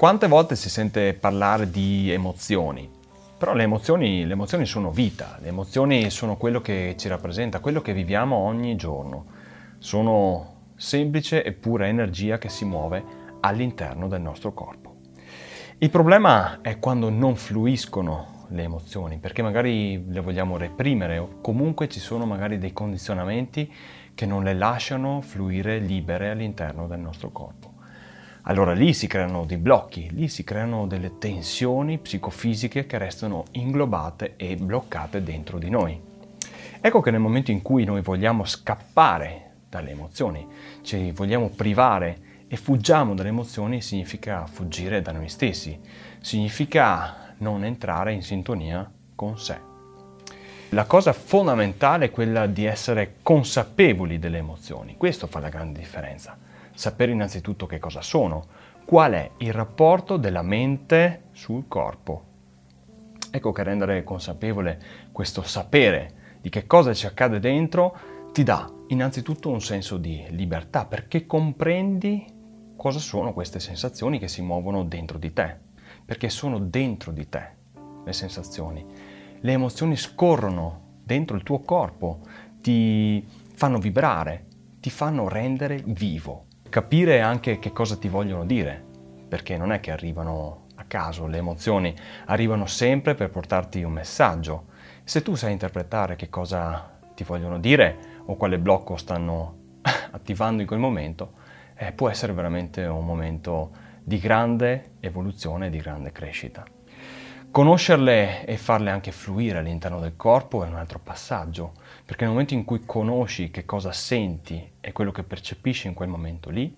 Quante volte si sente parlare di emozioni? Però le emozioni sono vita, le emozioni sono quello che ci rappresenta, quello che viviamo ogni giorno. Sono semplice e pura energia che si muove all'interno del nostro corpo. Il problema è quando non fluiscono le emozioni, perché magari le vogliamo reprimere o comunque ci sono magari dei condizionamenti che non le lasciano fluire libere all'interno del nostro corpo. Allora lì si creano dei blocchi, lì si creano delle tensioni psicofisiche che restano inglobate e bloccate dentro di noi. Ecco che nel momento in cui noi vogliamo scappare dalle emozioni, ci vogliamo privare e fuggiamo dalle emozioni, significa fuggire da noi stessi, significa non entrare in sintonia con sé. La cosa fondamentale è quella di essere consapevoli delle emozioni, questo fa la grande differenza. Sapere innanzitutto che cosa sono, qual è il rapporto della mente sul corpo. Ecco che rendere consapevole questo sapere di che cosa ci accade dentro ti dà innanzitutto un senso di libertà, perché comprendi cosa sono queste sensazioni che si muovono dentro di te, perché sono dentro di te le sensazioni. Le emozioni scorrono dentro il tuo corpo, ti fanno vibrare, ti fanno rendere vivo. Capire anche che cosa ti vogliono dire, perché non è che arrivano a caso, le emozioni arrivano sempre per portarti un messaggio. Se tu sai interpretare che cosa ti vogliono dire o quale blocco stanno attivando in quel momento, può essere veramente un momento di grande evoluzione e di grande crescita. Conoscerle e farle anche fluire all'interno del corpo è un altro passaggio, perché nel momento in cui conosci che cosa senti e quello che percepisci in quel momento lì,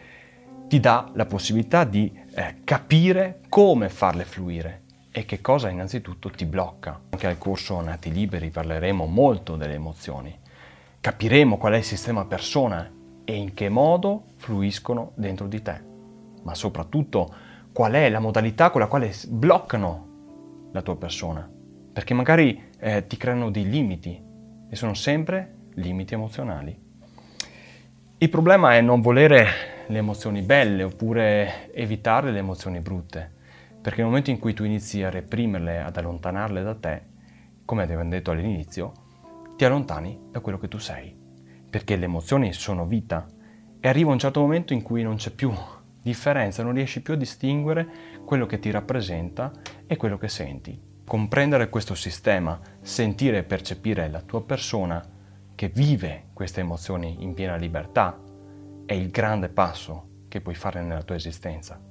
ti dà la possibilità di capire come farle fluire e che cosa innanzitutto ti blocca. Anche al corso Nati Liberi parleremo molto delle emozioni, capiremo qual è il sistema persona e in che modo fluiscono dentro di te, ma soprattutto qual è la modalità con la quale bloccano la tua persona, perché magari ti creano dei limiti e sono sempre limiti emozionali. Il problema è non volere le emozioni belle oppure evitare le emozioni brutte, perché nel momento in cui tu inizi a reprimerle, ad allontanarle da te, come abbiamo detto all'inizio, ti allontani da quello che tu sei, perché le emozioni sono vita e arriva un certo momento in cui non c'è più differenza, non riesci più a distinguere quello che ti rappresenta e quello che senti. Comprendere questo sistema, sentire e percepire la tua persona che vive queste emozioni in piena libertà è il grande passo che puoi fare nella tua esistenza.